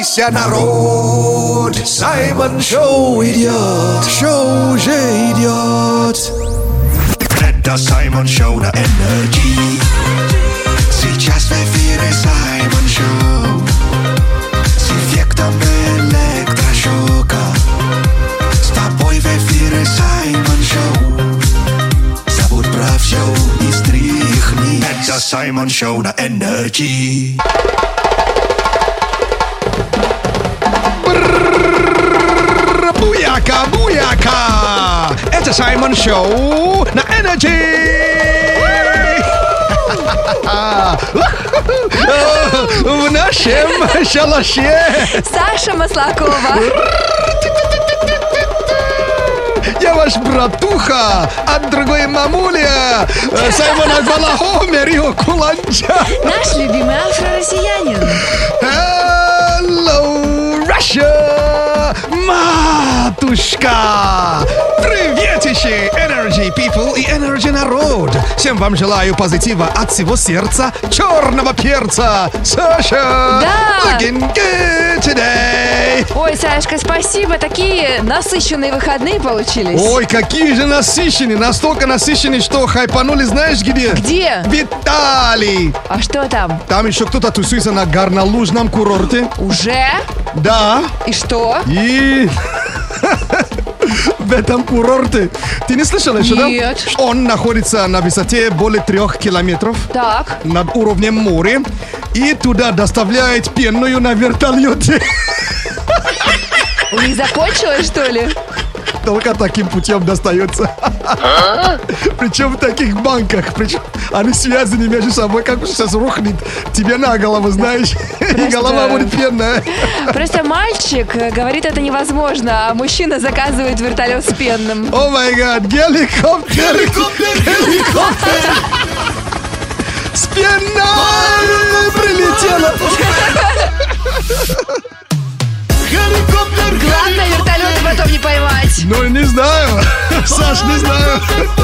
Просыпайся, народ! Саймон Шоу идет! Шоу уже идет! Это Саймон Шоу на Energy. Сейчас в эфире Саймон Шоу с эффектом электрошока. С тобой в эфире Саймон Шоу. Забудь про все и стряхни. Это Саймон Шоу на Energy. Буяка, буяка! Это Саймон Шоу на Energy! В нашем шалаше Саша Маслакова. Я ваш братуха от другой мамуля Саймона Балахомер и Куланча. Наш любимый афро-россиянин. Hello, Russia, матушка! Приветище, Energy People и Energy народ! Всем вам желаю позитива от всего сердца черного перца! Саша! Да! Looking good today! Ой, Сашка, спасибо. Такие насыщенные выходные получились. Ой, какие же насыщенные! Настолько насыщенные, что хайпанули знаешь где? Где? В Италии! А что там? Там еще кто-то тусуется на горнолыжном курорте. Уже? Да. И что? И в этом курорте, ты не слышала еще, да? Нет. Он находится на высоте более 3 километров Так. над уровнем моря. И туда доставляет пенную на вертолете. Не закончилось, что ли? Только таким путем достается. Причем в таких банках. Причем они связаны между собой. Как сейчас рухнет тебе на голову, знаешь. И голова будет пенная. Просто мальчик говорит, это невозможно, а мужчина заказывает вертолет с пенным. О май гад, геликоптер! Геликоптер! С пеной прилетела! Главное, вертолет потом не поймать. Ну, не знаю. Саш, не знаю.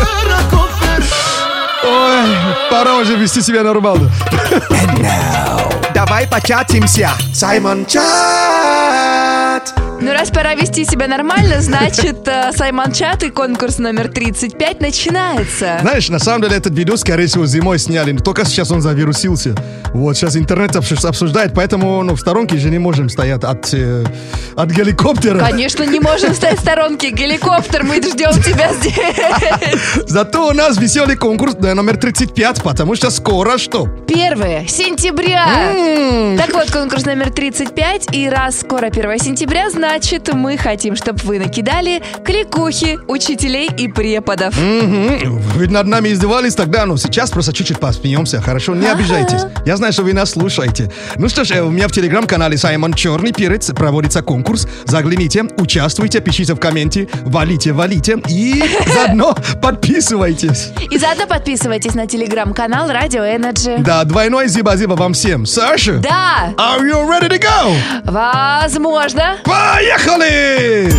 Ой, пора уже вести себя нормально. Давай початимся. Саймон Чат. Ну, раз пора вести себя нормально, значит, Саймон Чат и конкурс номер 35 начинается. Знаешь, на самом деле этот видео, скорее всего, зимой сняли, но только сейчас он завирусился. Вот, сейчас интернет обсуждает, поэтому в сторонке же не можем стоять от геликоптера. Конечно, не можем стоять в сторонке. Геликоптер, мы ждем тебя здесь. Зато у нас веселый конкурс номер 35, потому что скоро что? 1 сентября. Так вот, конкурс номер 35. И раз скоро 1 сентября, значит, мы хотим, чтобы вы накидали кликухи учителей и преподов. Вы над нами издевались тогда, но сейчас просто чуть-чуть посмеемся, хорошо? Не обижайтесь. Я знаю, что вы нас слушаете. Ну что ж, у меня в телеграм-канале Саймон Черный Перец проводится конкурс. Загляните, участвуйте, пишите в комменте, валите и заодно подписывайтесь. И заодно подписывайтесь на телеграм-канал Радио Energy. Да, двойное зиба-зиба вам всем. Саша? Да. Are you ready to go? Возможно. Поехали!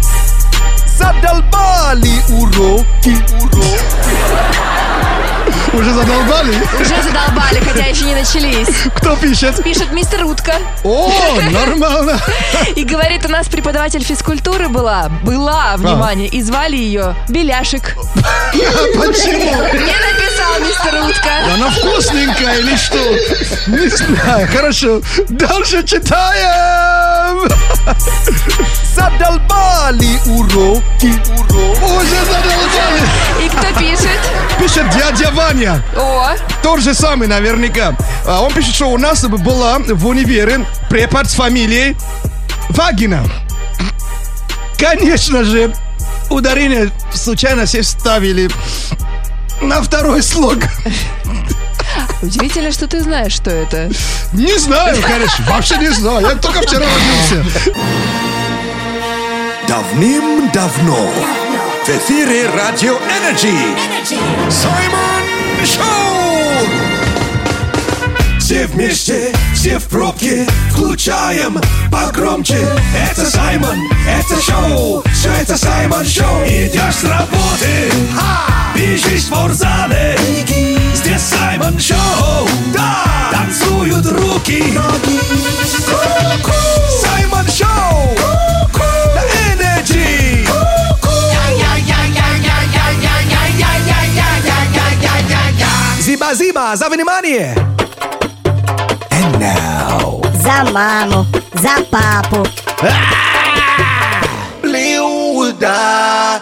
Задолбали уроки. Уже задолбали? Уже задолбали, хотя еще не начались. Кто пишет? Пишет мистер Утка. О, нормально. И говорит, у нас преподаватель физкультуры была, внимание, и звали ее Беляшек. Почему? Мне написал мистер Утка. Она вкусненькая или что? Не знаю, хорошо. Дальше читаем. Задолбали уроки. Уже задолбали. И кто пишет? Пишет дядя Ваня. О, Тот же самый наверняка. Он пишет, что у нас была в универе препод с фамилией Вагина. Конечно же, ударение случайно все вставили на второй слог. удивительно, что ты знаешь, что это. Не знаю, конечно, вообще не знаю. Я только вчера родился. Давным-давно в эфире Радио Energy Саймон Шоу. Все вместе, все в пробке, включаем погромче. Это Саймон, это шоу, все это Саймон Шоу. Идешь с работы, бежишь в спортзале, здесь Саймон Шоу. Да, танцуют руки. Спасибо за внимание! And now... За маму, за папу. Люда,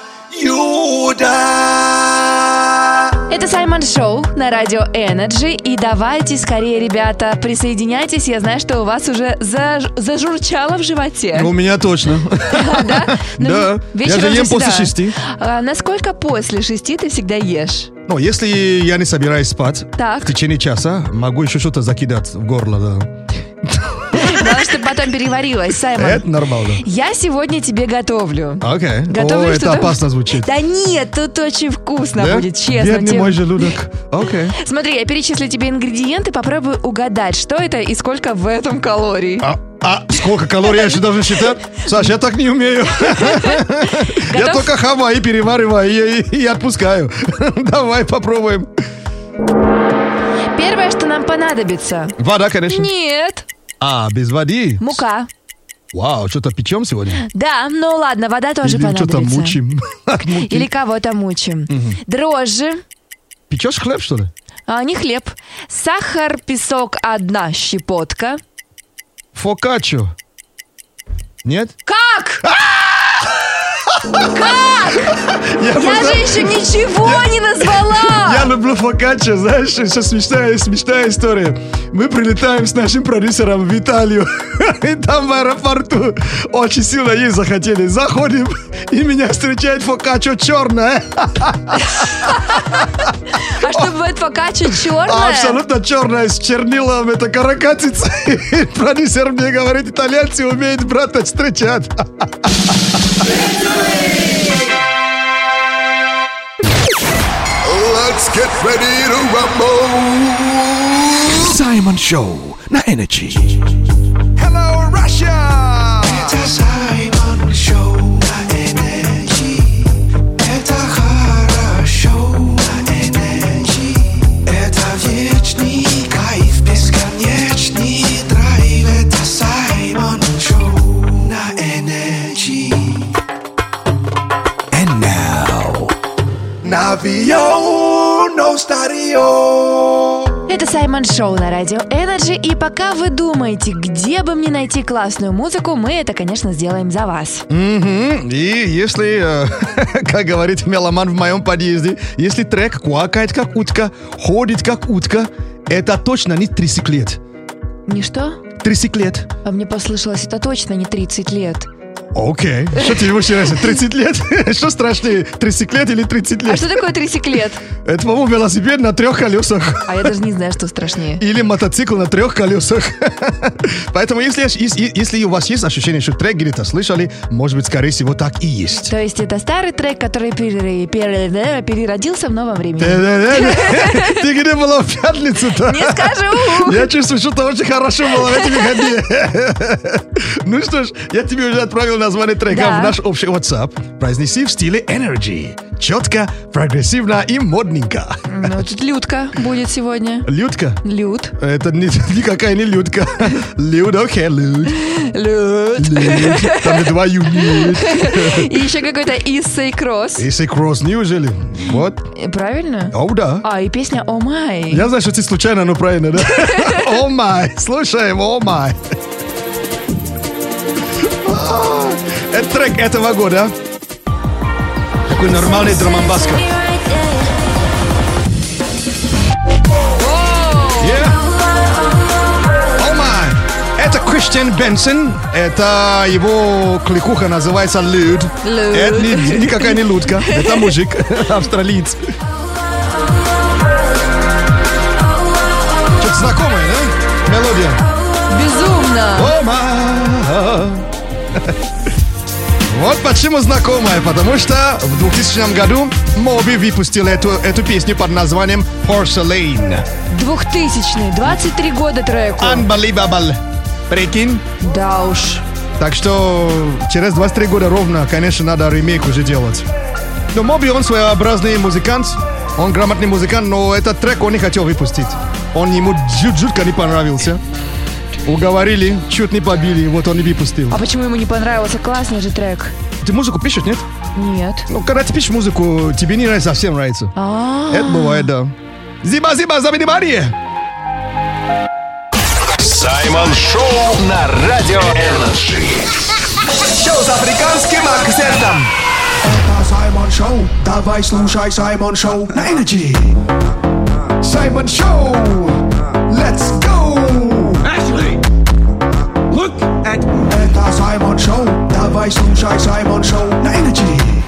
Юда. Это Саймон Шоу на радио Energy. И давайте скорее, ребята, присоединяйтесь. Я знаю, что у вас уже зажурчало в животе. У меня точно. Да? Да. Я же ем после 6. Насколько после 6 ты всегда ешь? Ну, если я не собираюсь спать Так. в течение часа, могу еще что-то закидать в горло, да. Главное, чтобы потом переварилось, Саймон. Это нормально. Я сегодня тебе готовлю. Окей. Готовлю О, это что-то- опасно звучит. Да нет, тут очень вкусно Да? будет, честно. Бедный мой желудок. Окей. Смотри, я перечислю тебе ингредиенты, попробуй угадать, что это и сколько в этом калорий. Сколько калорий я еще должен считать? Саш, я так не умею. Я Готов? только хаваю, перевариваю и отпускаю. Давай попробуем. Первое, что нам понадобится. Вода, конечно. Нет, Без воды? мука. Вау, что-то печем сегодня? Да, ну ладно, вода тоже Или что-то понадобится. мучим от муки? Или кого-то мучим. Дрожжи, Печешь хлеб, что ли? не хлеб. Сахар, песок, 1 щепотка. Фокаччо. Нет? Как? Я Я же еще ничего не назвала! Я люблю фокаччо, знаешь, сейчас смешная история. Мы прилетаем с нашим продюсером в Италию, и там в аэропорту очень сильно есть захотели. Заходим, и меня встречает фокаччо черное. А что бывает фокаччо черное? Абсолютно черное, с чернилом, это каракатица. И продюсер мне говорит, итальянцы умеют брата встречать. Let's get ready to rumble. Саймон Шоу на Energy. Hello, Russia! Это Саймон Шоу на Energy. Это хорошо на Energy. Это вечный кайф, бесконечный драйв. Это Саймон Шоу на Energy. And now... Навио, но старио. Это Саймон Шоу на радио Energy. И пока вы думаете, где бы мне найти классную музыку, мы это, конечно, сделаем за вас. И если, как говорит меломан в моем подъезде, если трек квакает как утка, ходит как утка, это точно не 30 лет. Не что? 30 лет. А мне послышалось, это точно не 30 лет. Окей. Что тебе больше нравится? 30 лет? Что страшнее, 30 лет или 30 А лет? что такое 30 лет? Это, по-моему, велосипед на 3 колесах. А я даже не знаю, что страшнее. Или мотоцикл на 3 колесах. Поэтому, если у вас есть ощущение, что трек где-то слышали, может быть, скорее всего, так и есть. То есть это старый трек, который переродился в новом времени. Ты где была в пятницу-то? Не скажу! Я чувствую, что-то очень хорошо было в эти выходные. Ну что ж, я тебе уже отправил название трека Да. в наш общий WhatsApp. Произнеси в стиле Energy. Четко, прогрессивно и модненько. Ну, тут Людка будет сегодня. Людка? Люд. Это никакая не Людка. Люд, окей, Люд. Люд. Люд. Там и 2 юнит. И еще какой-то Issei Кросс. Если Кросс, неужели? Вот. Правильно? О, да. А, и песня «О май». Я знаю, что ты случайно, но правильно, да? О май. Слушаем, о май. Это трек этого года. Такой нормальный драм-н-баска. О май. Это Кристиан Бенсон. Это его кликуха называется Люд. Люд. Это никакая не Людка. Это мужик, австралиец. Что-то знакомое, да? Мелодия. Безумно. О май. Вот почему знакомая, потому что в 2000 году Моби выпустил эту песню под названием Porcelain. 2000-й, 23 года треку. Unbelievable. Прикинь? Да уж. Так что через 23 года ровно, конечно, надо ремейк уже делать. Но Моби, он своеобразный музыкант, он грамотный музыкант, но этот трек он не хотел выпустить. Он ему жутко не понравился. Уговорили, чуть не побили, вот он и выпустил. А почему ему не понравился? Классный же трек. Ты музыку пишешь, нет? Нет. Ну, когда ты пишешь музыку, тебе не нравится, совсем нравится. Это бывает, да. Зиба-зиба за внимание! Саймон Шоу на Радио Энерджи. Шоу с африканским акцентом. Это Саймон Шоу. Давай слушай Саймон Шоу на Энерджи. Саймон Шоу. Let's go. Ashley, look at. Это Саймон Шоу. Давай слушай Саймон Шоу на Энерджи.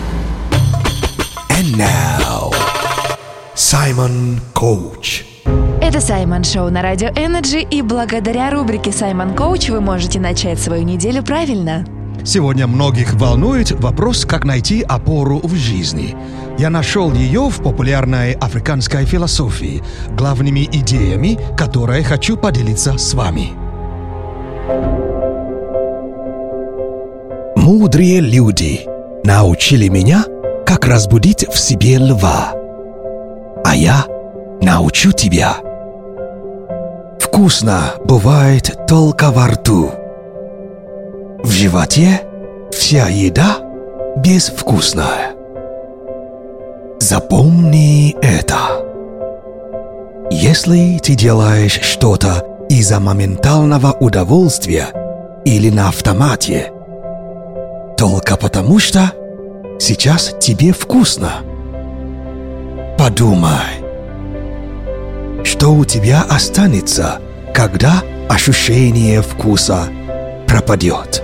And now, Саймон Коуч. Это Саймон Шоу на Радио Энерджи, и благодаря рубрике «Саймон Коуч» вы можете начать свою неделю правильно. Сегодня многих волнует вопрос, как найти опору в жизни. Я нашел ее в популярной африканской философии, главными идеями, которые хочу поделиться с вами. Мудрые люди научили меня, как разбудить в себе льва. А я научу тебя. Вкусно бывает только во рту. В животе вся еда безвкусная. Запомни это. Если ты делаешь что-то из-за моментального удовольствия или на автомате, только потому что сейчас тебе вкусно, подумай, что у тебя останется, когда ощущение вкуса пропадет.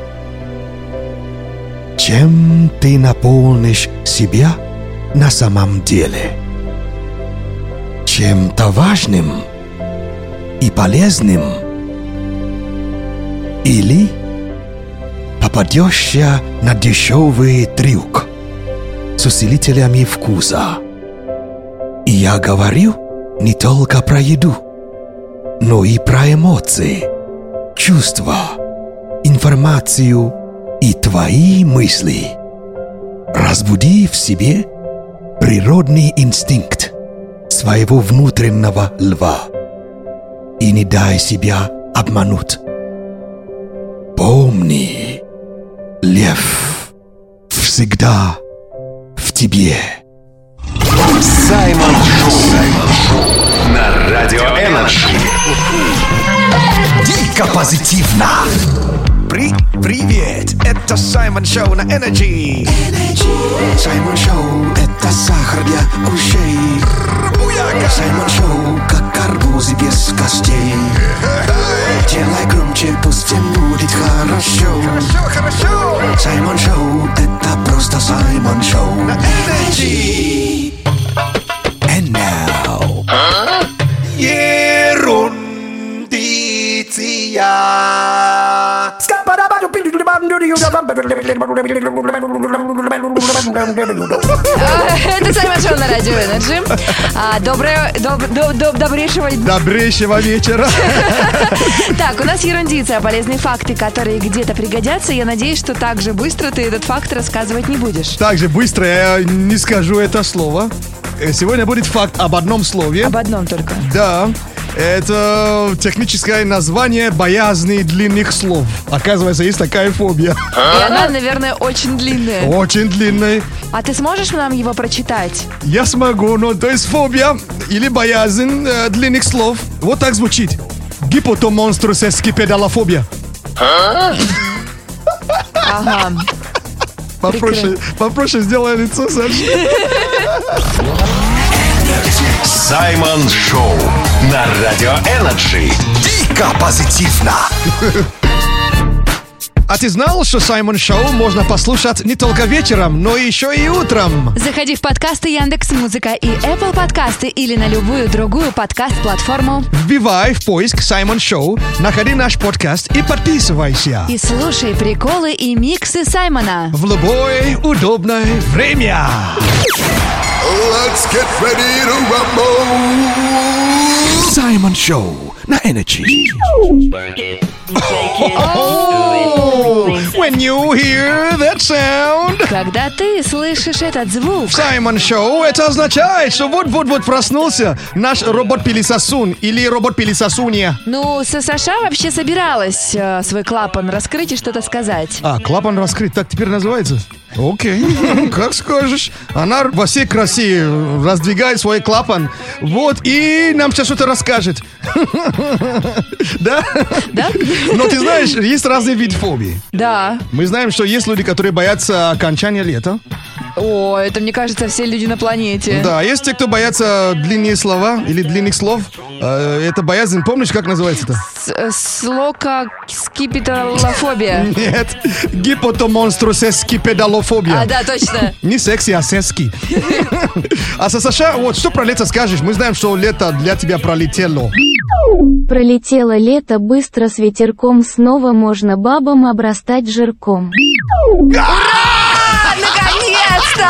Чем ты наполнишь себя на самом деле? Чем-то важным и полезным? Или попадешься на дешевый трюк с усилителями вкуса? И я говорю не только про еду, но и про эмоции, чувства, информацию и твои мысли. Разбуди в себе природный инстинкт своего внутреннего льва и не дай себя обмануть. Помни, лев всегда в тебе. Саймон Шоу на Радио Энерджи. Дико позитивно. Привет, это Саймон Шоу на Энерджи. Саймон Шоу, это сахар для ушей. Саймон Шоу, как арбузы без костей. Делай громче, пусть всем будет хорошо. Саймон Шоу, это просто Саймон Шоу на Энерджи. And now, Это Саймон Шоу на Радио Энерджи. Добрейшего вечера. Так, у нас ерундица, полезные факты, которые где-то пригодятся. Я надеюсь, что так же быстро ты этот факт рассказывать не будешь. Так же быстро я не скажу это слово. Сегодня будет факт об одном слове. Об одном только. Да. Это техническое название боязни длинных слов. Оказывается, есть такая фобия. И она, наверное, очень длинная. Очень длинная. А ты сможешь нам его прочитать? Я смогу, но то есть фобия или боязнь длинных слов. Вот так звучит. Гипотомонструс эскипедалофобия. Ага. Попроще сделай лицо, Саша. Саймон Шоу на Радио Энерджи. дико позитивно. А ты знал, что Саймон Шоу можно послушать не только вечером, но еще и утром? Заходи в подкасты Яндекс.Музыка и Apple подкасты или на любую другую подкаст-платформу. Вбивай в поиск Саймон Шоу, находи наш подкаст и подписывайся. И слушай приколы и миксы Саймона. В любое удобное время. Let's get ready to rumble. Саймон Шоу на Energy. When you hear that sound. Когда ты слышишь этот звук. Саймон Шоу, это означает, что вот-вот проснулся наш робот-пылесосун или робот-пылесосунья. Ну, Саша вообще собиралась свой клапан раскрыть и что-то сказать. А, клапан раскрыт, так теперь называется? Окей, как скажешь. Она во всей красе раздвигает свой клапан. Вот, и нам сейчас что-то расскажет. Да? Да? Но ты знаешь, есть разные виды фобий. Да. Мы знаем, что есть люди, которые боятся окончания лета. О, это, мне кажется, все люди на планете. Да, есть те, кто боятся длинные слова или длинных слов. Это боязнь, помнишь, как называется это? Слокоскипидалофобия. Нет, гипотомонстросескипедалофобия. А, да, точно. Не секси, а сески. А со Саша, вот что про лето скажешь? Мы знаем, что лето для тебя пролетело. Пролетело лето быстро с ветерком, снова можно бабам обрастать жирком. Наконец-то!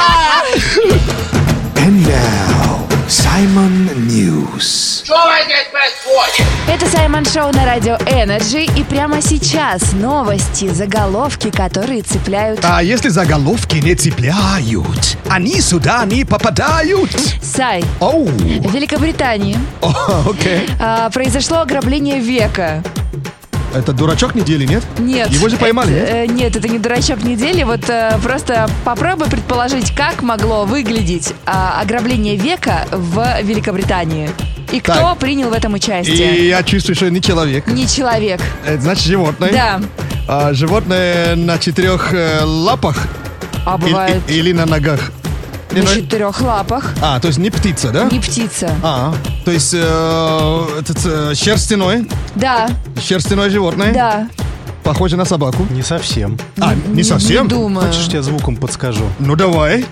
And now, Simon News. Это Саймон Шоу на радио Energy. И прямо сейчас новости, заголовки, которые цепляют. А если заголовки не цепляют, они сюда не попадают. Сай, Оу, в Великобритании окей. произошло ограбление века. Это дурачок недели, нет? Нет. Его же поймали, нет? Нет, это не дурачок недели. Вот просто попробуй предположить, как могло выглядеть ограбление века в Великобритании. И кто Так. принял в этом И участие? я чувствую, что не человек. Не человек. Это значит животное. Да. Животное на 4 лапах А бывает или на ногах. на 4 лапах. То есть не птица, да? Не птица. То есть шерстяное животное, Да. похоже на собаку. Не совсем. Не совсем? Не думаю. Хочешь, я звуком подскажу? Ну давай.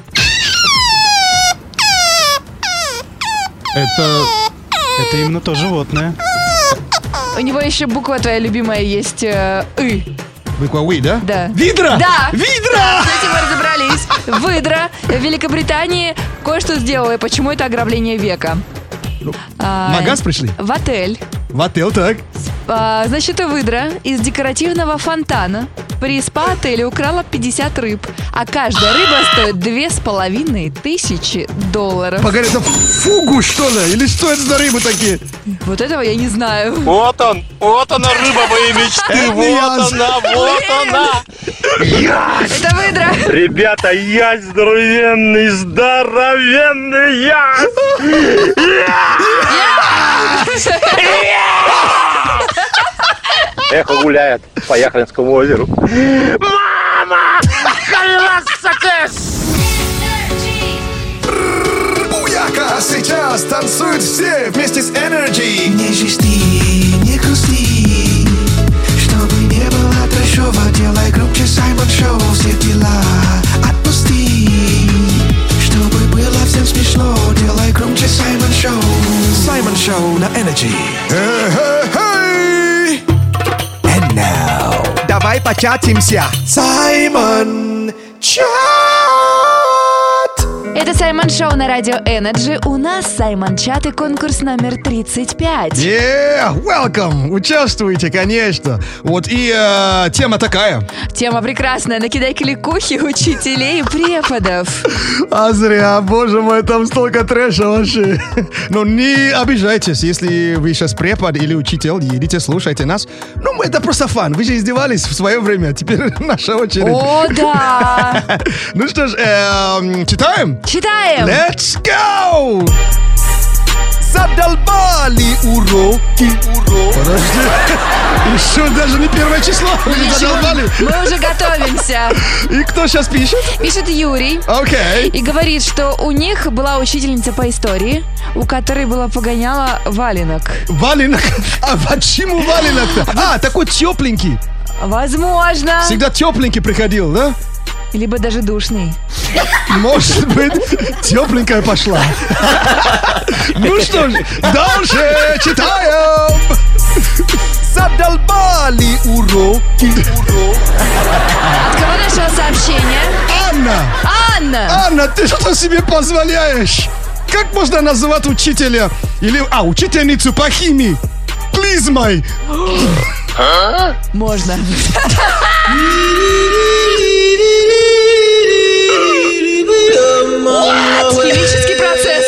Это Это именно то животное. У него еще буква твоя любимая есть. И. буква «вы», да? Да. Видра! Да. Видра! С этим мы разобрались. Выдра в Великобритании кое-что сделала. И почему это ограбление века? На газ пришли? В отель. В отель, так. Значит, выдра из декоративного фонтана при спа-отеле украла 50 рыб, а каждая рыба стоит $2500. Погоди, это фугу, что ли? Или что это за рыбы такие? Вот этого я не знаю. Вот она, рыба моей мечты, вот она. Это выдра. Ребята, ясь здоровенный, ясь. Эхо гуляет по Яхринскому озеру. Мама! Буяка, сейчас танцуют все вместе с Energy. Не жести, не грусти, чтобы не было трэшово, делай громче Саймон Шоу, все дела отпусти, чтобы было всем смешно, делай громче Саймон Шоу. Саймон Шоу на Energy. And now, давай початимся. Саймон Чат. Это Саймон Шоу на радио Energy. У нас Саймон Чат и конкурс номер 35. Welcome! Участвуйте, конечно. Вот и тема такая. Тема прекрасная. Накидай кликухи учителей и преподов. А зря, боже мой, там столько трэша вообще. Но не обижайтесь, если вы сейчас препод или учитель, идите, слушайте нас. Ну, это просто фан. Вы же издевались в свое время, теперь наша очередь. О, да! Ну что ж, читаем? Читаем! Let's go! Задолбали уроки. Подожди. Еще даже не 1 число. Вы не задолбали. Мы уже готовимся. И кто сейчас пишет? Пишет Юрий. Окей. И говорит, что у них была учительница по истории, у которой было погоняло валенок. Валенок? А почему валенок-то? Такой тепленький. Возможно. Всегда тепленький приходил, да? Либо даже душный. Может быть, тепленькая пошла. Ну что ж, дальше читаем. Задолбали уроки. От кого нашло сообщение? Анна! Анна, ты что себе позволяешь? Как можно называть учителя или учительницу по химии клизмой? Можно. Химический процесс.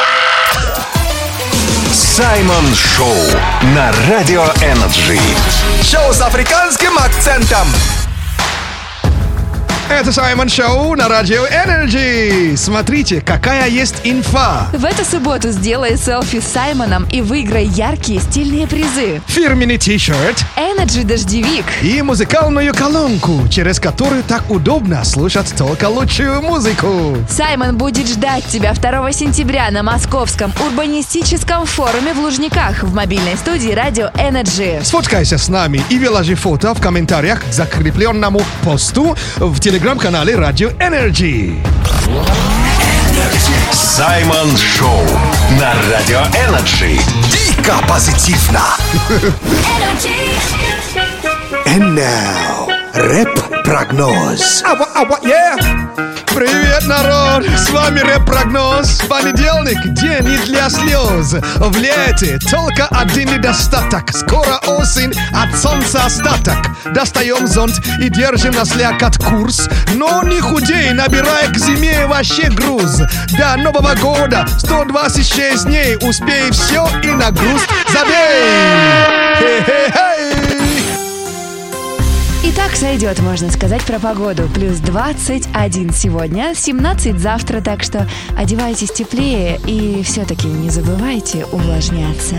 Саймон Шоу на Радио Энерджи. Шоу с африканским акцентом. Это Саймон Шоу на Радио Energy. Смотрите, какая есть инфа. В эту субботу сделай селфи с Саймоном и выиграй яркие стильные призы. Фирменный ти-шерт Energy дождевик. и музыкальную колонку, через которую так удобно слушать только лучшую музыку. Саймон будет ждать тебя 2 сентября на Московском урбанистическом форуме в Лужниках в мобильной студии Радио Energy. Сфоткайся с нами и выложи фото в комментариях к закрепленному посту в телеграм-канале Радио Energy. Саймон Шоу на Радио Энерджи. Дико позитивно. And now, рэп-прогноз. Привет, народ! С вами рэп-прогноз. Понедельник, день не для слез. В лете только один недостаток. Скоро осень, от солнца остаток. Достаем зонт и держим на слякоть курс. Но не худей, набирая к зиме вообще груз. До Нового года 126 дней. Успей все и на груз забей. Хе-хе-хей. И так сойдет, можно сказать, про погоду. Плюс 21 сегодня, 17 завтра, так что одевайтесь теплее и все-таки не забывайте увлажняться.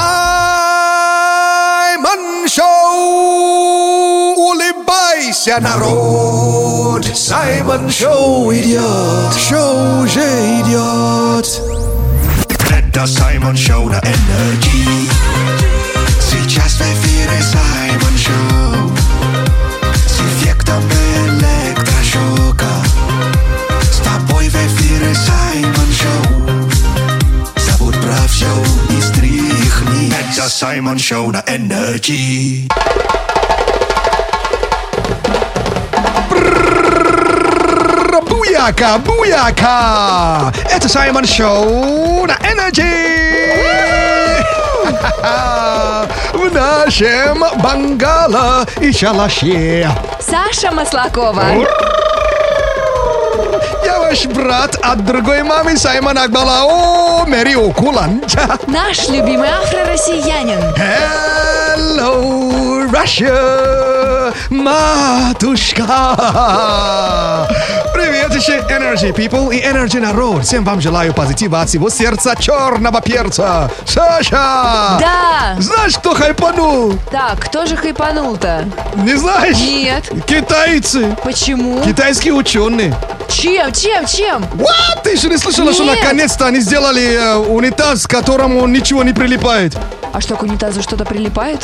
Саймон Шоу! Улыбайся, народ! Саймон Шоу идет! Шоу уже идет! Это Саймон Шоу на Energy. Сейчас в эфире Саймон Шоу. С эффектом электрошока. С тобой в эфире Саймон Шоу. Забудь про все и стряхни. Это Саймон Шоу на Energy. Буяка, буяка! Это Саймон Шоу на Energy! В нашем бангало и шалаше. Саша Маслакова. Я ваш брат от другой мамы Саймон Акбалао Мэрио Куланча. Наш любимый афро-россиянин. Hello, Russia, матушка. Привет еще Energy People и Energy народ. Всем вам желаю позитива от всего сердца черного перца. Саша! Да! Знаешь, кто хайпанул? Так, кто же хайпанул-то? Не знаешь? Нет. Китайцы. Почему? Китайские ученые. Чем? What? Ты еще не слышала, что Нет. наконец-то они сделали унитаз, к которому ничего не прилипает? А что, к унитазу что-то прилипает?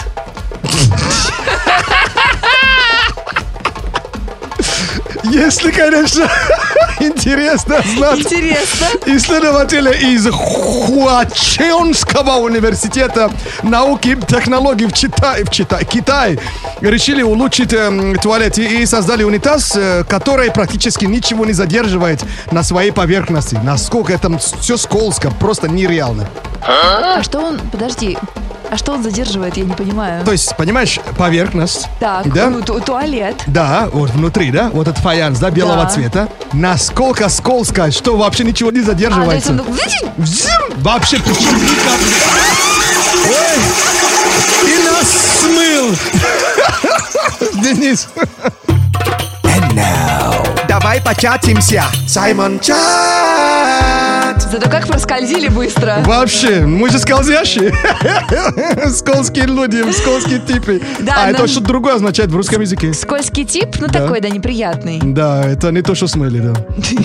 Если, конечно, интересно знать. Интересно. Исследователи из Хуачжоуского университета науки и технологий в Китае решили улучшить туалет и создали унитаз, который практически ничего не задерживает на своей поверхности. Насколько это все скользко, просто нереально. А что он... Подожди. А что он задерживает, я не понимаю. То есть, понимаешь, поверхность. Так, да? Туалет. Да, вот внутри, да, вот этот фаянс, да, белого Да. цвета. Насколько скользко, что вообще ничего не задерживается. то есть он... Взим! Вообще почти никак. Ой! И нас смыл! Денис! And now, давай початимся. Саймон Чат. Зато как проскользили быстро. Вообще, мы же скользящие. Скользкие люди, скользкие типы. Да, это но- что-то другое означает в русском языке. Скользкий тип, ну Да. такой, да, неприятный. Да, это не то, что смыли, да.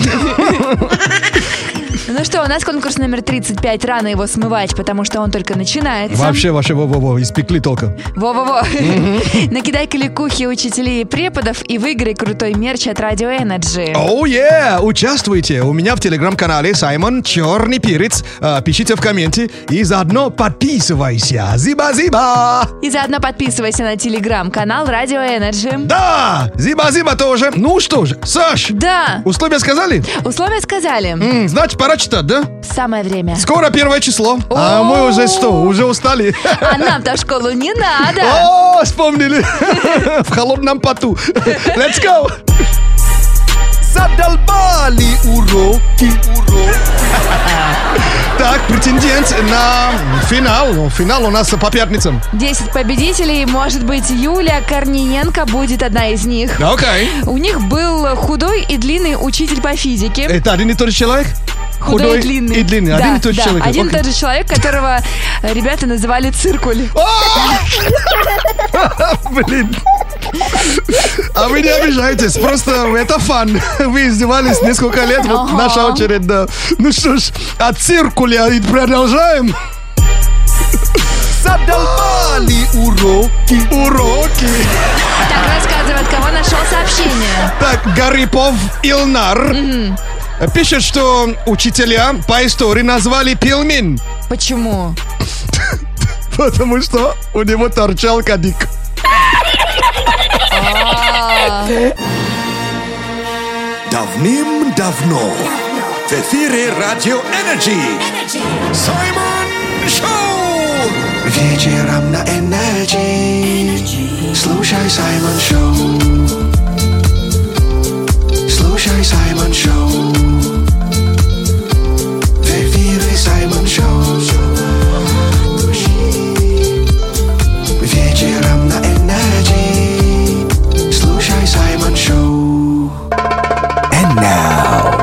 Ну что, у нас конкурс номер 35, рано его смывать, потому что он только начинается. Вообще, во-во-во, испекли только. Во-во-во. Накидай кликухи учителей и преподов и выиграй крутой мерч от Радио Energy. Оу, участвуйте. У меня в телеграм-канале Саймон Черный Перец. Пишите в комменте и заодно подписывайся. Зиба-зиба. И заодно подписывайся на телеграм-канал Радио Energy. Да, зиба-зиба тоже. Ну что же, Саш, Да, условия сказали? условия сказали. Значит, пора читать, да? Самое время. Скоро 1 число. А мы уже что, уже устали? А нам-то в школу не надо. О, вспомнили. В холодном поту. Let's go. Задолбали уроки. Так, претендент на финал. Ну, финал у нас по пятницам. 10 победителей. Может быть, Юля Корниенко будет одна из них. Окей. У них был худой и длинный учитель по физике. Это один и тот же человек? Худой и длинный. Да, один и тот же человек. Один и тот же человек, которого ребята называли циркуль. Блин. А вы не обижайтесь, просто это фан. Вы издевались несколько лет, вот наша очередь, да. Ну что ж, от циркуля и продолжаем. Задолбали уроки. Так, рассказывай, от кого нашел сообщение. Так, Гарипов Илнар пишет, что учителя по истории назвали пельмень. Почему? Потому что у него торчал кадик. Давным-давно в эфире Радио Энерджи Саймон Шоу. Вечером на Энерджи слушай Саймон Шоу. Слушай Саймон Шоу. В эфире Саймон Шоу. Вечером на Энерджи слушай Саймон Шоу. And now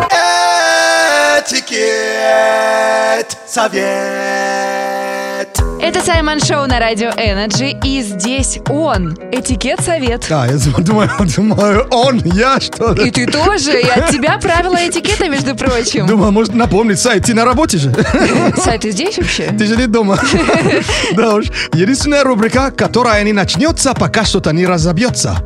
этикет совет. Это Саймон Шоу на Радио Энерджи, и здесь он, этикет-совет. Да, я думаю, он, я что ли? И ты тоже, и от тебя правила этикета, между прочим. Думаю, может напомнить сайт, ты на работе же? Сайт ты здесь вообще? Ты же не дома. Да уж. Единственная рубрика, которая не начнется, пока что-то не разобьется.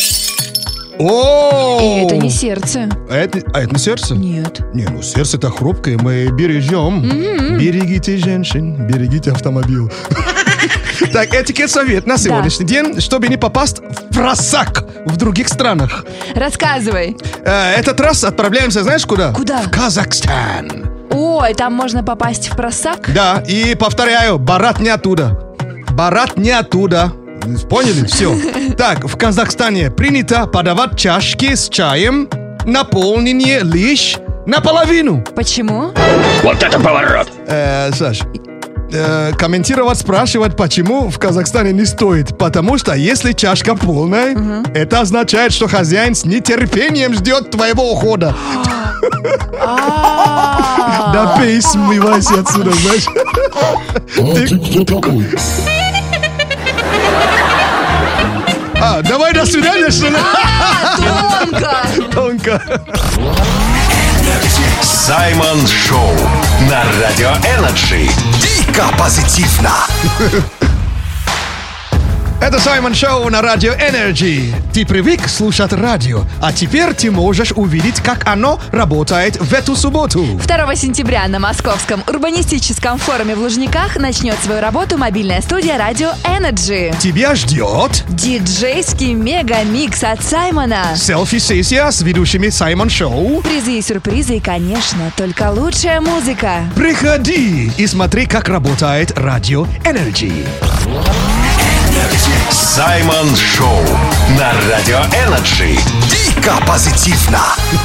О! И это не сердце. Это не сердце? Нет. Не, ну сердце-то хрупкое, мы бережем. Берегите женщин, берегите автомобиль. Так, этикет-совет на сегодняшний день, чтобы не попасть в просак в других странах. Рассказывай. Этот раз отправляемся, знаешь, куда? Куда? В Казахстан. Ой, там можно попасть в просак? Да, и повторяю, Барат не оттуда. Барат не оттуда. Поняли? Все. Так, в Казахстане принято подавать чашки с чаем, наполненные лишь наполовину. Почему? Вот это поворот! Саш, комментировать, спрашивать, почему в Казахстане не стоит. Потому что если чашка полная, это означает, что хозяин с нетерпением ждет твоего ухода. Да пей, смывайся отсюда, знаешь. Давай до свидания, что ли? Тонко. Саймон Шоу на Радио Энерджи. Дико позитивно. Это Саймон Шоу на Радио Энерджи. Ты привык слушать радио, а теперь ты можешь увидеть, как оно работает в эту субботу. 2 сентября на Московском урбанистическом форуме в Лужниках начнет свою работу мобильная студия Радио Энерджи. Тебя ждет Диджейский мега-микс от Саймона. селфи-сессия с ведущими Саймон Шоу. Призы и сюрпризы, и, конечно, только лучшая музыка. Приходи и смотри, как работает Радио Энерджи. Саймон Шоу на Радио Энерджи. Дико позитивно.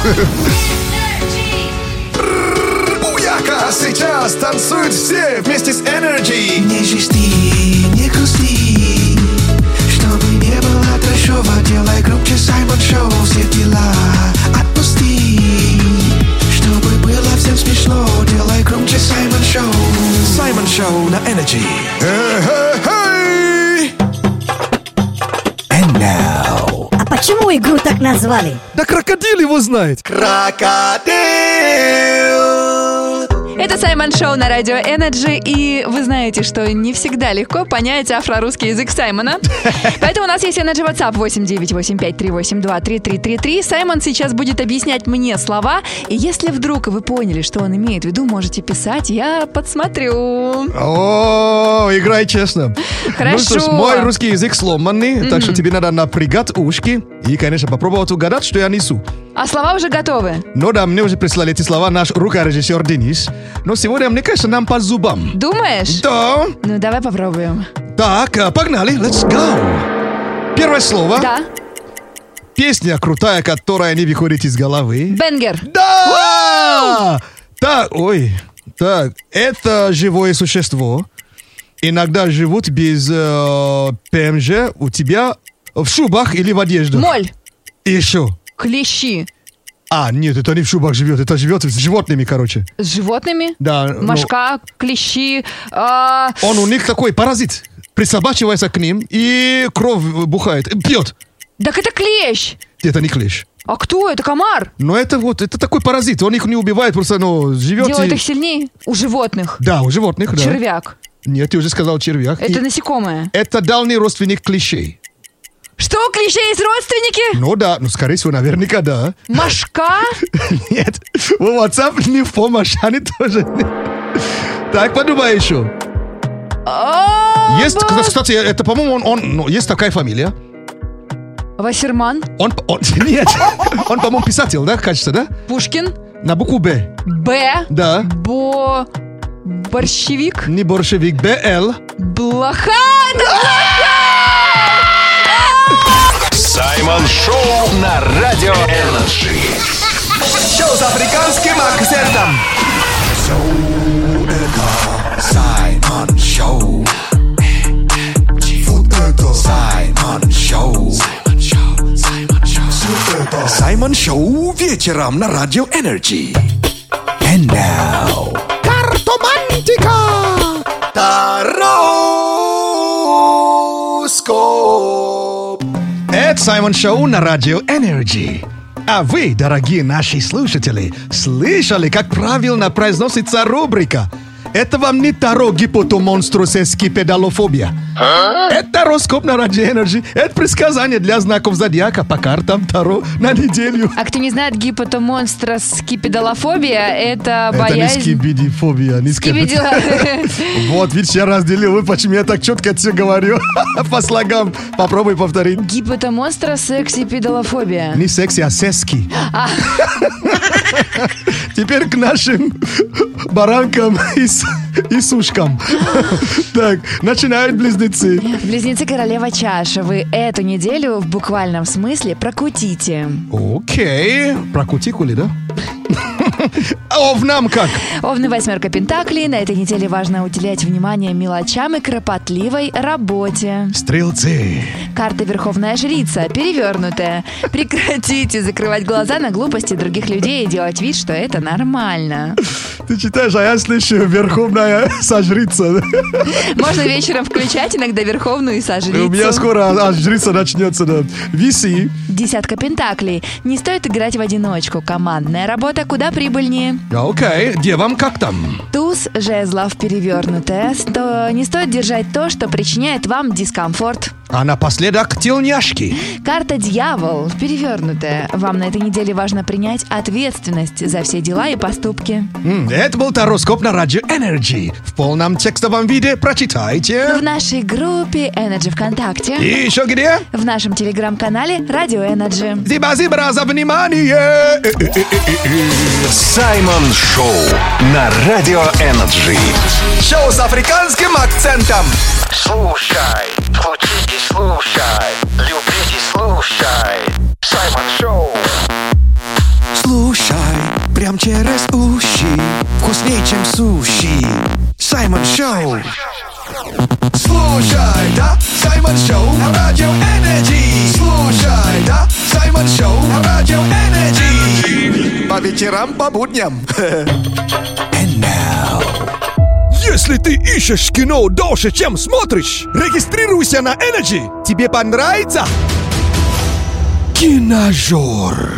Буяка, сейчас танцуют все вместе с Энерджи. Не жести, не грусти, чтобы не было трэшово. Делай громче Саймон Шоу, все дела отпусти, чтобы было всем смешно. Делай громче Саймон Шоу. Саймон Шоу на Энерджи. А почему игру так назвали? Да крокодил его знает. Крокодил. Это Саймон Шоу на Радио Энерджи, и вы знаете, что не всегда легко понять афро-русский язык Саймона. Поэтому у нас есть Energy WhatsApp 8985382333. Саймон сейчас будет объяснять мне слова, и если вдруг вы поняли, что он имеет в виду, можете писать, я подсмотрю. О, играй честно. Хорошо. Ну что ж, мой русский язык сломанный, так что тебе надо напрягать ушки и, конечно, попробовать угадать, что я несу. А слова уже готовы? Ну да, мне уже прислали эти слова наш рукорежиссер Денис. Но сегодня, мне кажется, нам по зубам. Думаешь? Да. Ну, давай попробуем. Так, погнали, let's go. Первое слово. Да. Песня крутая, которая не выходит из головы. Бенгер. Да! Так, ой, Так, это живое существо. Иногда живут без ПМЖ у тебя в шубах или в одежде. Моль. И еще. Клещи. Нет, это не в шубах живет, это живет с животными, короче. С животными? Да. Мошка, клещи. Он у них такой паразит. Присобачивается к ним и кровь бухает, пьет. Так это клещ. Это не клещ. А кто? Это комар. Но это такой паразит, он их не убивает, просто живет. Делает их сильнее у животных. Да, у животных, да. Червяк. Нет, ты уже сказал червяк. Это насекомое. Это дальний родственник клещей. Что, у клещей есть родственники? Ну да, скорее всего, наверняка да. Мошка? Нет, в WhatsApp не в помощь, они тоже нет. Так, подумай еще. Есть, кстати, это, по-моему, есть такая фамилия. Вассерман? Нет, он, по-моему, писатель, да, кажется, да? Пушкин? На букву Б. Б? Да. Борщевик? Не борщевик, БЛ. Блоха! Саймон Шоу на Радио Энерджи. Шоу с африканским акцентом. Шоу это Саймон Шоу. Вот это Саймон Шоу. Саймон Шоу вечером на Радио Энерджи. And now Картомантика. Тароскоп. Это Саймон Шоу на Радио Энерджи. А вы, дорогие наши слушатели, слышали, как правильно произносится рубрика? Это вам не Таро гипотомонструсески педалофобия. Это тароскоп на Радио Энерджи. Это предсказание для знаков зодиака по картам Таро на неделю. А кто не знает, гипотомонстроскипедалофобия — это Это боязнь... не скибидифобия. Вот, видишь, я разделил. Вы почему я так четко все говорю? По слогам. Попробуй повторить. Гипотомонстросексипедалофобия. Не секси, а сески. Теперь к нашим баранкам и сушкам. Так, начинают близнецы. Близнецы королева чаш. Вы эту неделю в буквальном смысле прокутите. Окей. Про кутикули, да? Овнам как? Овны восьмерка пентаклей. На этой неделе важно уделять внимание мелочам и кропотливой работе. Стрелцы. Карта Верховная Жрица, перевернутая. Прекратите закрывать глаза на глупости других людей и делать вид, что это нормально. Ты читаешь, а я слышу Верховная Сожрица. Можно вечером включать иногда Верховную Сожрицу. У меня скоро жрица начнется, да. Виси. Десятка пентаклей. Не стоит играть в одиночку. Командная работа куда прибыльнее. Окей, девам как там? Туз жезлов перевернутая. Не стоит держать то, что причиняет вам дискомфорт. А напоследок тельняшки. Карта Дьявол перевернутая. Вам на этой неделе важно принять ответственность за все дела и поступки. Это был тароскоп на Радио Энерджи. В полном текстовом виде прочитайте. В нашей группе Energy ВКонтакте. И еще где? В нашем телеграм-канале Радио Энерджи. Зиба-зибра за внимание! Саймон Шоу на Радио Энерджи. Шоу с африканским акцентом. Слушай, крутите, слушай, любите, слушай. Саймон Шоу. Слушай, прям через уши. Вкуснее, чем суши. Саймон Шоу. Слушай, да, Саймон Шоу на Радио Энерджи. Слушай, да, Саймон Шоу на Радио Энерджи. По вечерам, по будням. And now. Если ты ищешь кино дольше, чем смотришь, регистрируйся на Energy. Тебе понравится? Киножор.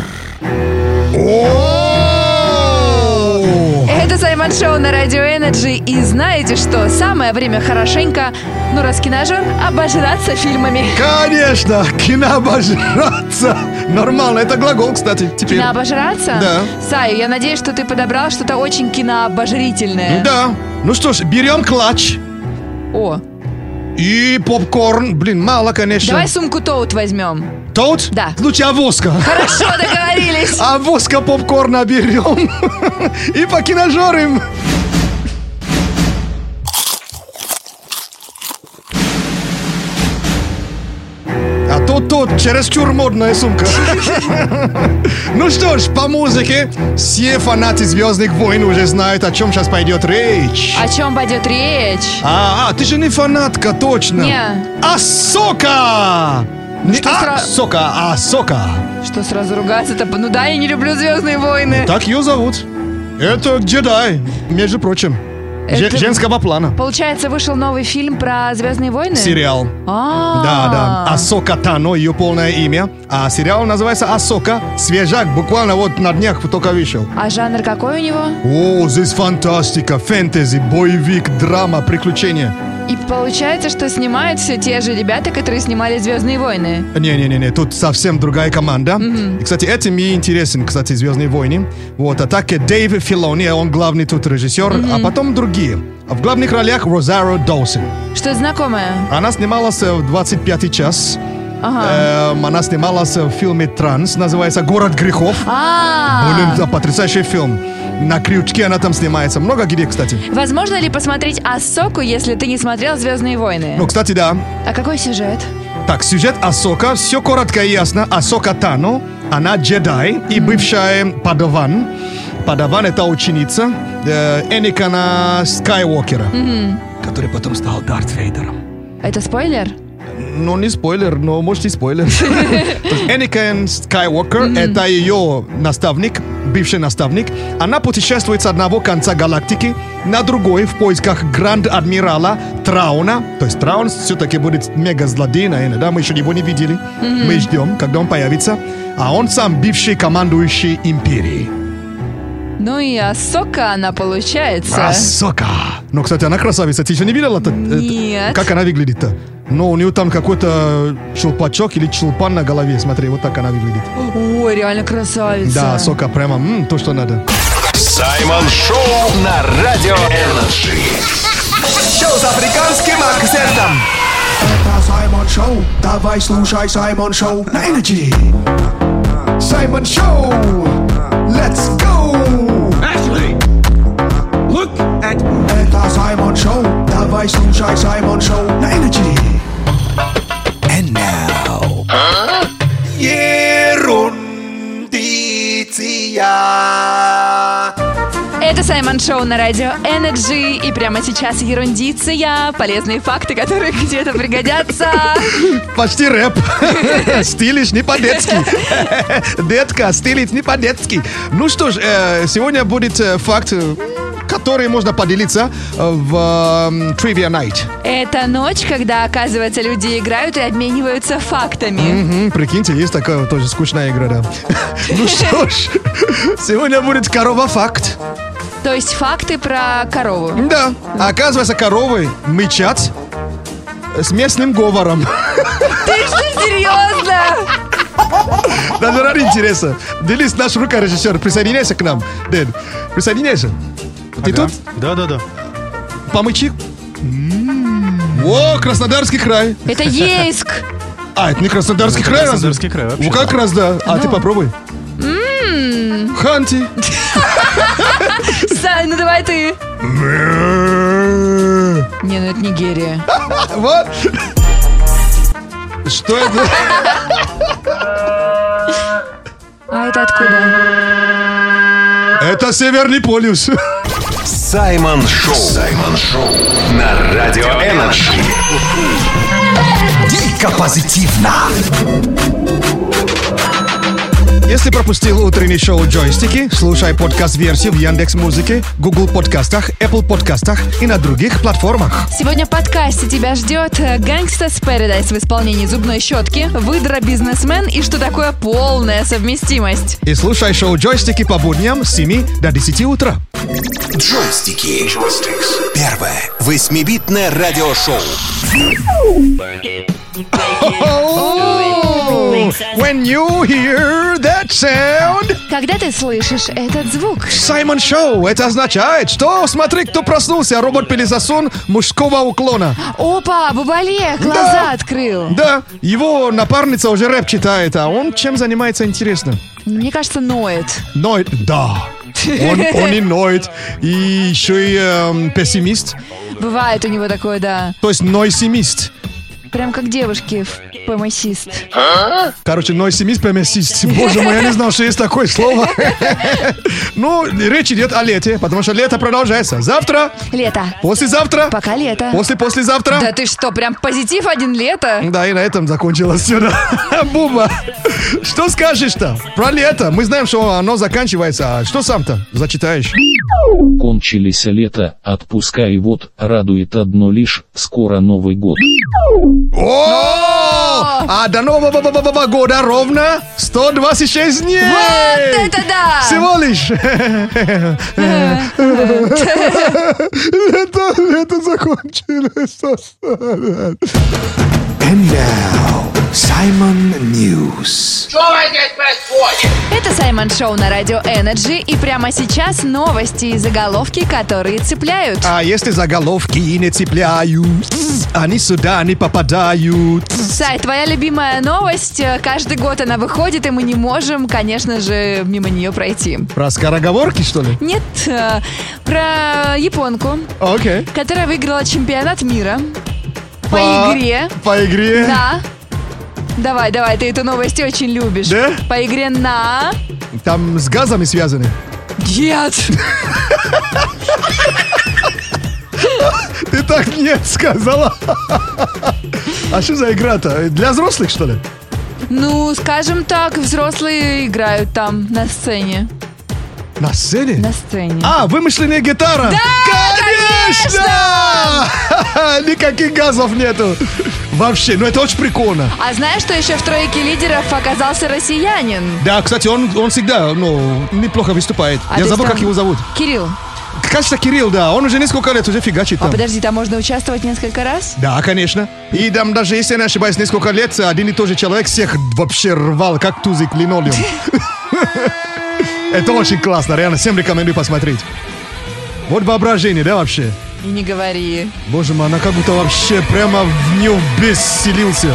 Это Саймон Шоу на Радио Энерджи. И знаете что? Самое время хорошенько, раз киножор, обожраться фильмами. Конечно, кинообожраться. Нормально, это глагол, кстати, теперь. Кинообожраться? Да. Саю, я надеюсь, что ты подобрал что-то очень кинообожрительное. Да. Ну что ж, берем клатч. О. И попкорн. Блин, мало, конечно. Давай сумку Тоут возьмем. Тоут? Да. Лучше авоська. Хорошо, договорились. Авоська попкорна берем. И покиножорим. А Тот, чересчур модная сумка. Ну что ж, по музыке все фанаты «Звездных войн» уже знают, о чем сейчас пойдет речь. О чем пойдет речь? Ты же не фанатка, точно. Не. Асока! Не Асока. Что сразу ругаться-то? Ну да, я не люблю «Звездные войны». Так ее зовут. Это джедай, между прочим. Женского плана. Получается, вышел новый фильм про «Звездные войны»? Сериал. Да. Асока Тано, ее полное имя. А сериал называется «Асока». Свежак, буквально вот на днях только вышел. А жанр какой у него? Здесь фантастика, фэнтези, боевик, драма, приключения. И получается, что снимают все те же ребята, которые снимали «Звездные войны». Не, тут совсем другая команда. И, кстати, этим и интересен, кстати, «Звездные войны». А так Дэйв Филони, он главный тут режиссер, а потом другие. В главных ролях Розарио Доусон. Что знакомое? Она снималась в «25-й час». Она снималась в фильме «Транс», называется «Город грехов». Блин, потрясающий фильм. На крючке она там снимается. Много где, кстати. Возможно ли посмотреть Асоку, если ты не смотрел «Звездные войны»? Кстати, да. А какой сюжет? Так, сюжет Асока, все коротко и ясно. Асока Тано, она джедай и бывшая падаван. Падаван — это ученица Энакина Скайуокера, который потом стал Дарт Вейдером. Это спойлер? Ну, не спойлер, но может и спойлер. Энакин Скайуокер — это ее наставник, бывший наставник. Она путешествует с одного конца галактики на другой в поисках Гранд-адмирала Трауна. То есть Траун все-таки будет мега-злодей, наверное, да? Мы еще его не видели. Мы ждем, когда он появится. А он сам бывший командующий империей. Ну и Асока она получается. Асока! Ну, кстати, она красавица. Ты еще не видела? Нет. Как она выглядит-то? Ну, у нее там какой-то чулпачок или чулпан на голове. Смотри, вот так она выглядит. Ой, реально красавица. Да, Асока прямо то, что надо. Саймон Шоу на Радио Энерджи. Шоу с африканским акцентом. Это Саймон Шоу. Давай слушай Саймон Шоу на Энерджи. Саймон Шоу. Let's go. Ashley, look at. Это Саймон Шоу. Давай слушай Саймон Шоу на Энерджи. And now. Ерундиция. Это Саймон Шоу на Радио Энерджи. И прямо сейчас ерундиция. Полезные факты, которые где-то пригодятся. Почти рэп. Стилиш не по-детски. Детка, стилиш не по-детски. Ну что ж, сегодня будет факт, который можно поделиться в Trivia Night. Это ночь, когда, оказывается, люди играют и обмениваются фактами. Прикиньте, есть такая тоже скучная игра, да. Ну что ж, сегодня будет корова-факт. То есть факты про корову. Да, оказывается, коровы мычат с местным говором. Ты что, серьезно? Даже ради интереса. Делись, наш рукорежиссер, присоединяйся к нам. Дэн, присоединяйся. Ты тут? Да. Помычи. О, Краснодарский край. Это Ейск. Это не Краснодарский край, разве? Краснодарский край вообще. Ну как раз, да. Ты попробуй. Ханти. Сань, ну давай ты. Не, ну это Нигерия. Вот. Что это? А это откуда? Это Северный полюс. Саймон Шоу. Саймон Шоу на Радио Энерджи. Дико позитивно. Если пропустил утреннее шоу «Джойстики», слушай подкаст-версию в Яндекс.Музыке, Google подкастах, Apple подкастах и на других платформах. Сегодня в подкасте тебя ждет «Gangsta's Paradise» в исполнении зубной щетки, «Выдра бизнесмен» и что такое полная совместимость. И слушай шоу «Джойстики» по будням с 7 до 10 утра. Джойстики. Первое 8-битное радиошоу. When you hear that sound. Когда ты слышишь этот звук? Саймон Шоу. Это означает, что смотри, кто проснулся. Робот-пылесосон мужского уклона. Опа, Бабале глаза открыл. Да, его напарница уже рэп читает, а он чем занимается, интересно? Мне кажется, ноет. Ноет, да. Он и ноет, и еще и пессимист. Бывает у него такое, да. То есть нойсимист. Прям как девушки в помосист. Короче, нойсимист поместист. Боже мой, я не знал, что есть такое слово. Ну, речь идет о лете, потому что лето продолжается. Завтра. Лето. Послезавтра. Пока лето. Послезавтра. Да ты что, прям позитив один лето? Да, и на этом закончилось все. Буба. Что скажешь-то про лето? Мы знаем, что оно заканчивается. А что сам-то зачитаешь? Кончились лето, отпускай вот, радует одно лишь, скоро Новый год. О! А до Нового года ровно 126 дней! Вот это да! Всего лишь! Лето закончилось. And now, Simon News. Это Саймон Шоу на Радио Energy, и прямо сейчас новости и заголовки, которые цепляют. А если заголовки не цепляют, они сюда не попадают. Сай, твоя любимая новость, каждый год она выходит, и мы не можем, конечно же, мимо нее пройти. Про скороговорки, что ли? Нет, про японку, Окей. которая выиграла чемпионат мира по игре. По игре? Да. Давай, ты эту новость очень любишь. Да? По игре на... Там с газами связаны? Нет. Ты так нет сказала. А что за игра-то? Для взрослых, что ли? Ну, скажем так, взрослые играют там, на сцене. На сцене? На сцене. А, вымышленная гитара? Да, конечно! Никаких газов нету. Вообще, ну это очень прикольно. А знаешь, что еще в тройке лидеров оказался россиянин? Да, кстати, он всегда, неплохо выступает. Я забыл, как его зовут. Кирилл. Кажется, Кирилл, да. Он уже несколько лет уже фигачит там. А подожди, там можно участвовать несколько раз? Да, конечно. И там даже, если я не ошибаюсь, несколько лет один и тот же человек всех вообще рвал, как тузик линолеум. Это очень классно, реально. Всем рекомендую посмотреть. Вот воображение, да, вообще? И не говори. Боже мой, она как будто вообще прямо в нее бесселился.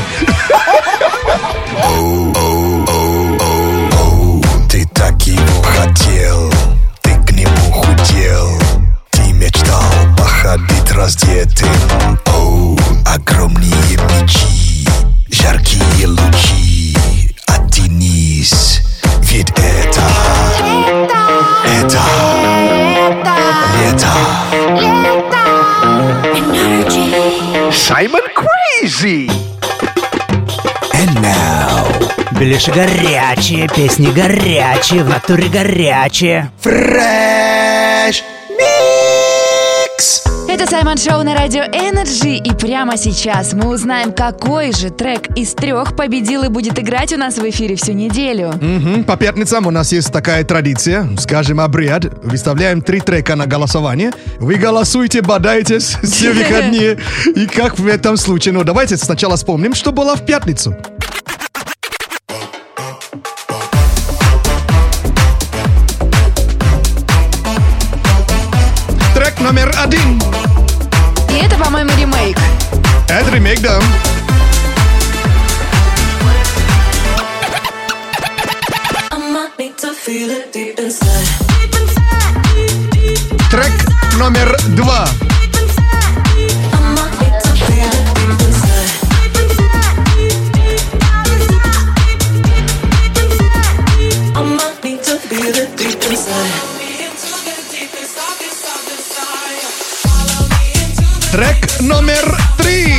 Ты так его хотел, ты к нему худел, ты мечтал походить раздетым. Огромные мечи, жаркие лучи, оттянись, ведь это лето. Simon Crazy. And now. Беляши горячие, песни горячие, в натуре горячие. Fresh Mix. Это Саймон Шоу на Радио Energy, и прямо сейчас мы узнаем, какой же трек из 3 победил и будет играть у нас в эфире всю неделю. По пятницам у нас есть такая традиция, скажем, обряд. Выставляем 3 трека на голосование. Вы голосуете, бодаетесь все выходные. И как в этом случае? Ну, давайте сначала вспомним, что было в пятницу. Трек номер 1. И это, по-моему, ремейк. Это ремейк, да. Трек номер 2. Трек номер 3.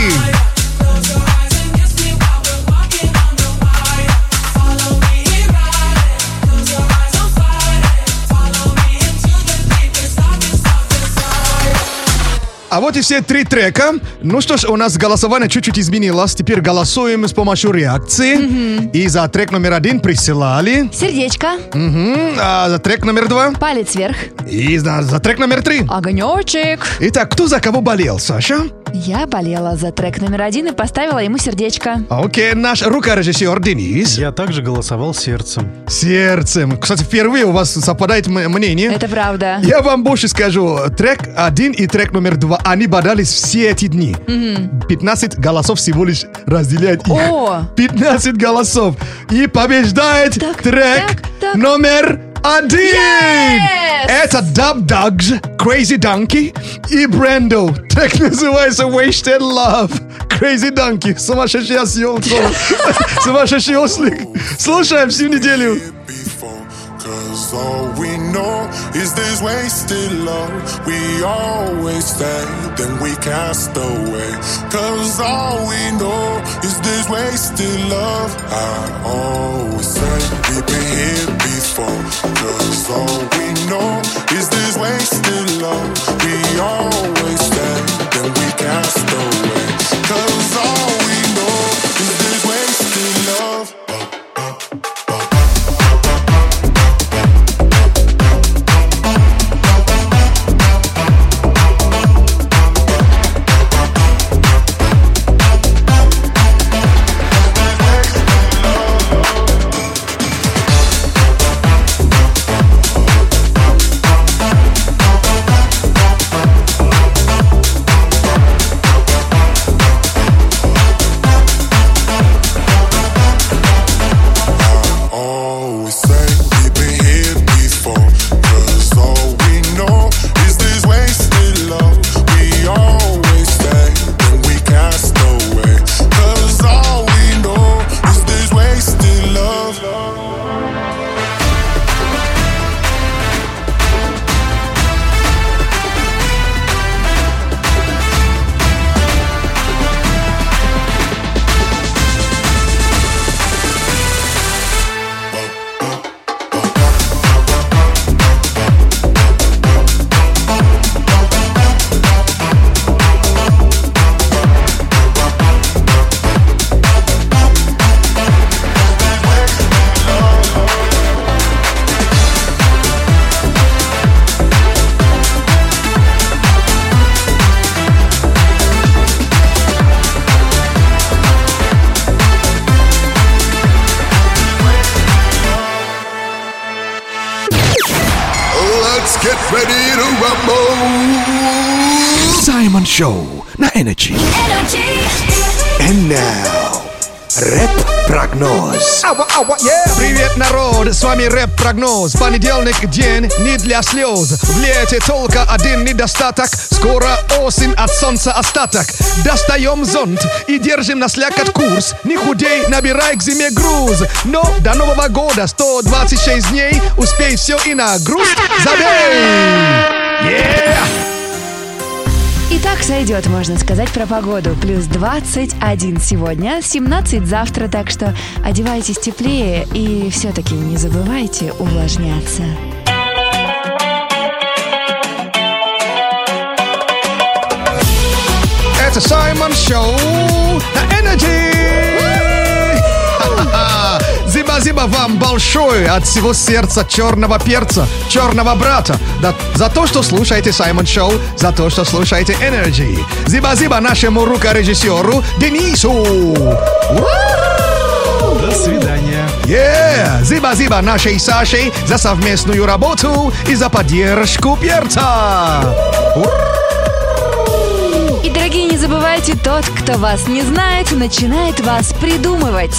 А вот и все 3 трека. Ну что ж, у нас голосование чуть-чуть изменилось. Теперь голосуем с помощью реакции. И за трек номер 1 присылали Сердечко. А за трек номер 2 Палец вверх. и за трек номер 3 Огонечек. Итак, кто за кого болел, Саша? Я болела за трек номер 1 и поставила ему сердечко. Окей, наш рукорежиссер Денис. Я также голосовал сердцем. Сердцем. Кстати, впервые у вас совпадает мнение. Это правда. Я вам больше скажу. Трек 1 и трек номер 2, они бодались все эти дни. 15 голосов всего лишь разделяет их. О! 15 голосов. И побеждает трек номер 1. Yes! Это Dub Dogs, Crazy Donkey и Brando. Трек называется Wasted Love. Crazy Donkey, сумасшедший осел. Сумасшедший ослик. Слушаем всю неделю. Cause all we know is this wasted love. We always stay, then we cast away. Cause all we know is this wasted love. I always say we've been here before. Cause all we know is this wasted love. We always stay, then we cast away. Cause all we know is this wasted love. Саймон Шоу на Energy. And now, рэп-прогноз. Привет, народ! С вами рэп-прогноз. Понедельник день не для слез. В лете только один недостаток. Скоро осень, от солнца остаток. Достаем зонт и держим на слякоть курс. Не худей, набирай к зиме груз. Но до Нового года 126 дней. Успей все и на груз забей! И так сойдет, можно сказать, про погоду. Плюс 21 сегодня, 17 завтра, так что одевайтесь теплее и все-таки не забывайте увлажняться. Это Саймон Шоу на Energy! Зиба вам большое от всего сердца черного перца, черного брата. Да, за то, что слушаете Саймон Шоу, за то, что слушаете Energy. Зиба нашему рукорежиссеру Денису. До свидания. Зиба нашей Саше за совместную работу и за поддержку перца. И, дорогие, не забывайте, тот, кто вас не знает, начинает вас придумывать.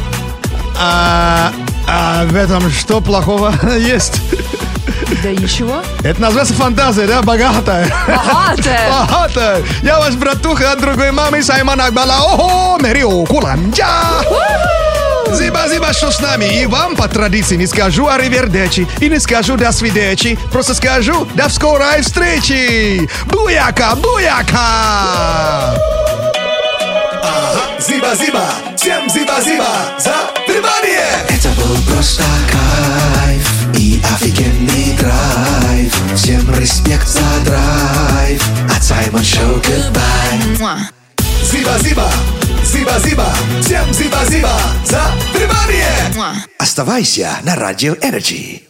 В этом что плохого есть? Да ничего. Это называется фантазия, да? Богатая. Богатая. Я ваш братуха от другой мамы Саймон Акбала. Ого, Мерио Куланджа. Зиба, что с нами. И вам по традиции не скажу аривердечи и не скажу до свидечи. Просто скажу до скорой встречи. Буяка. Зиба, всем зиба за внимание! Это был просто кайф и офигенный драйв. Всем респект за драйв. От Саймон Шоу goodbye. Зиба, всем зиба за внимание! Оставайся на Радио Energy.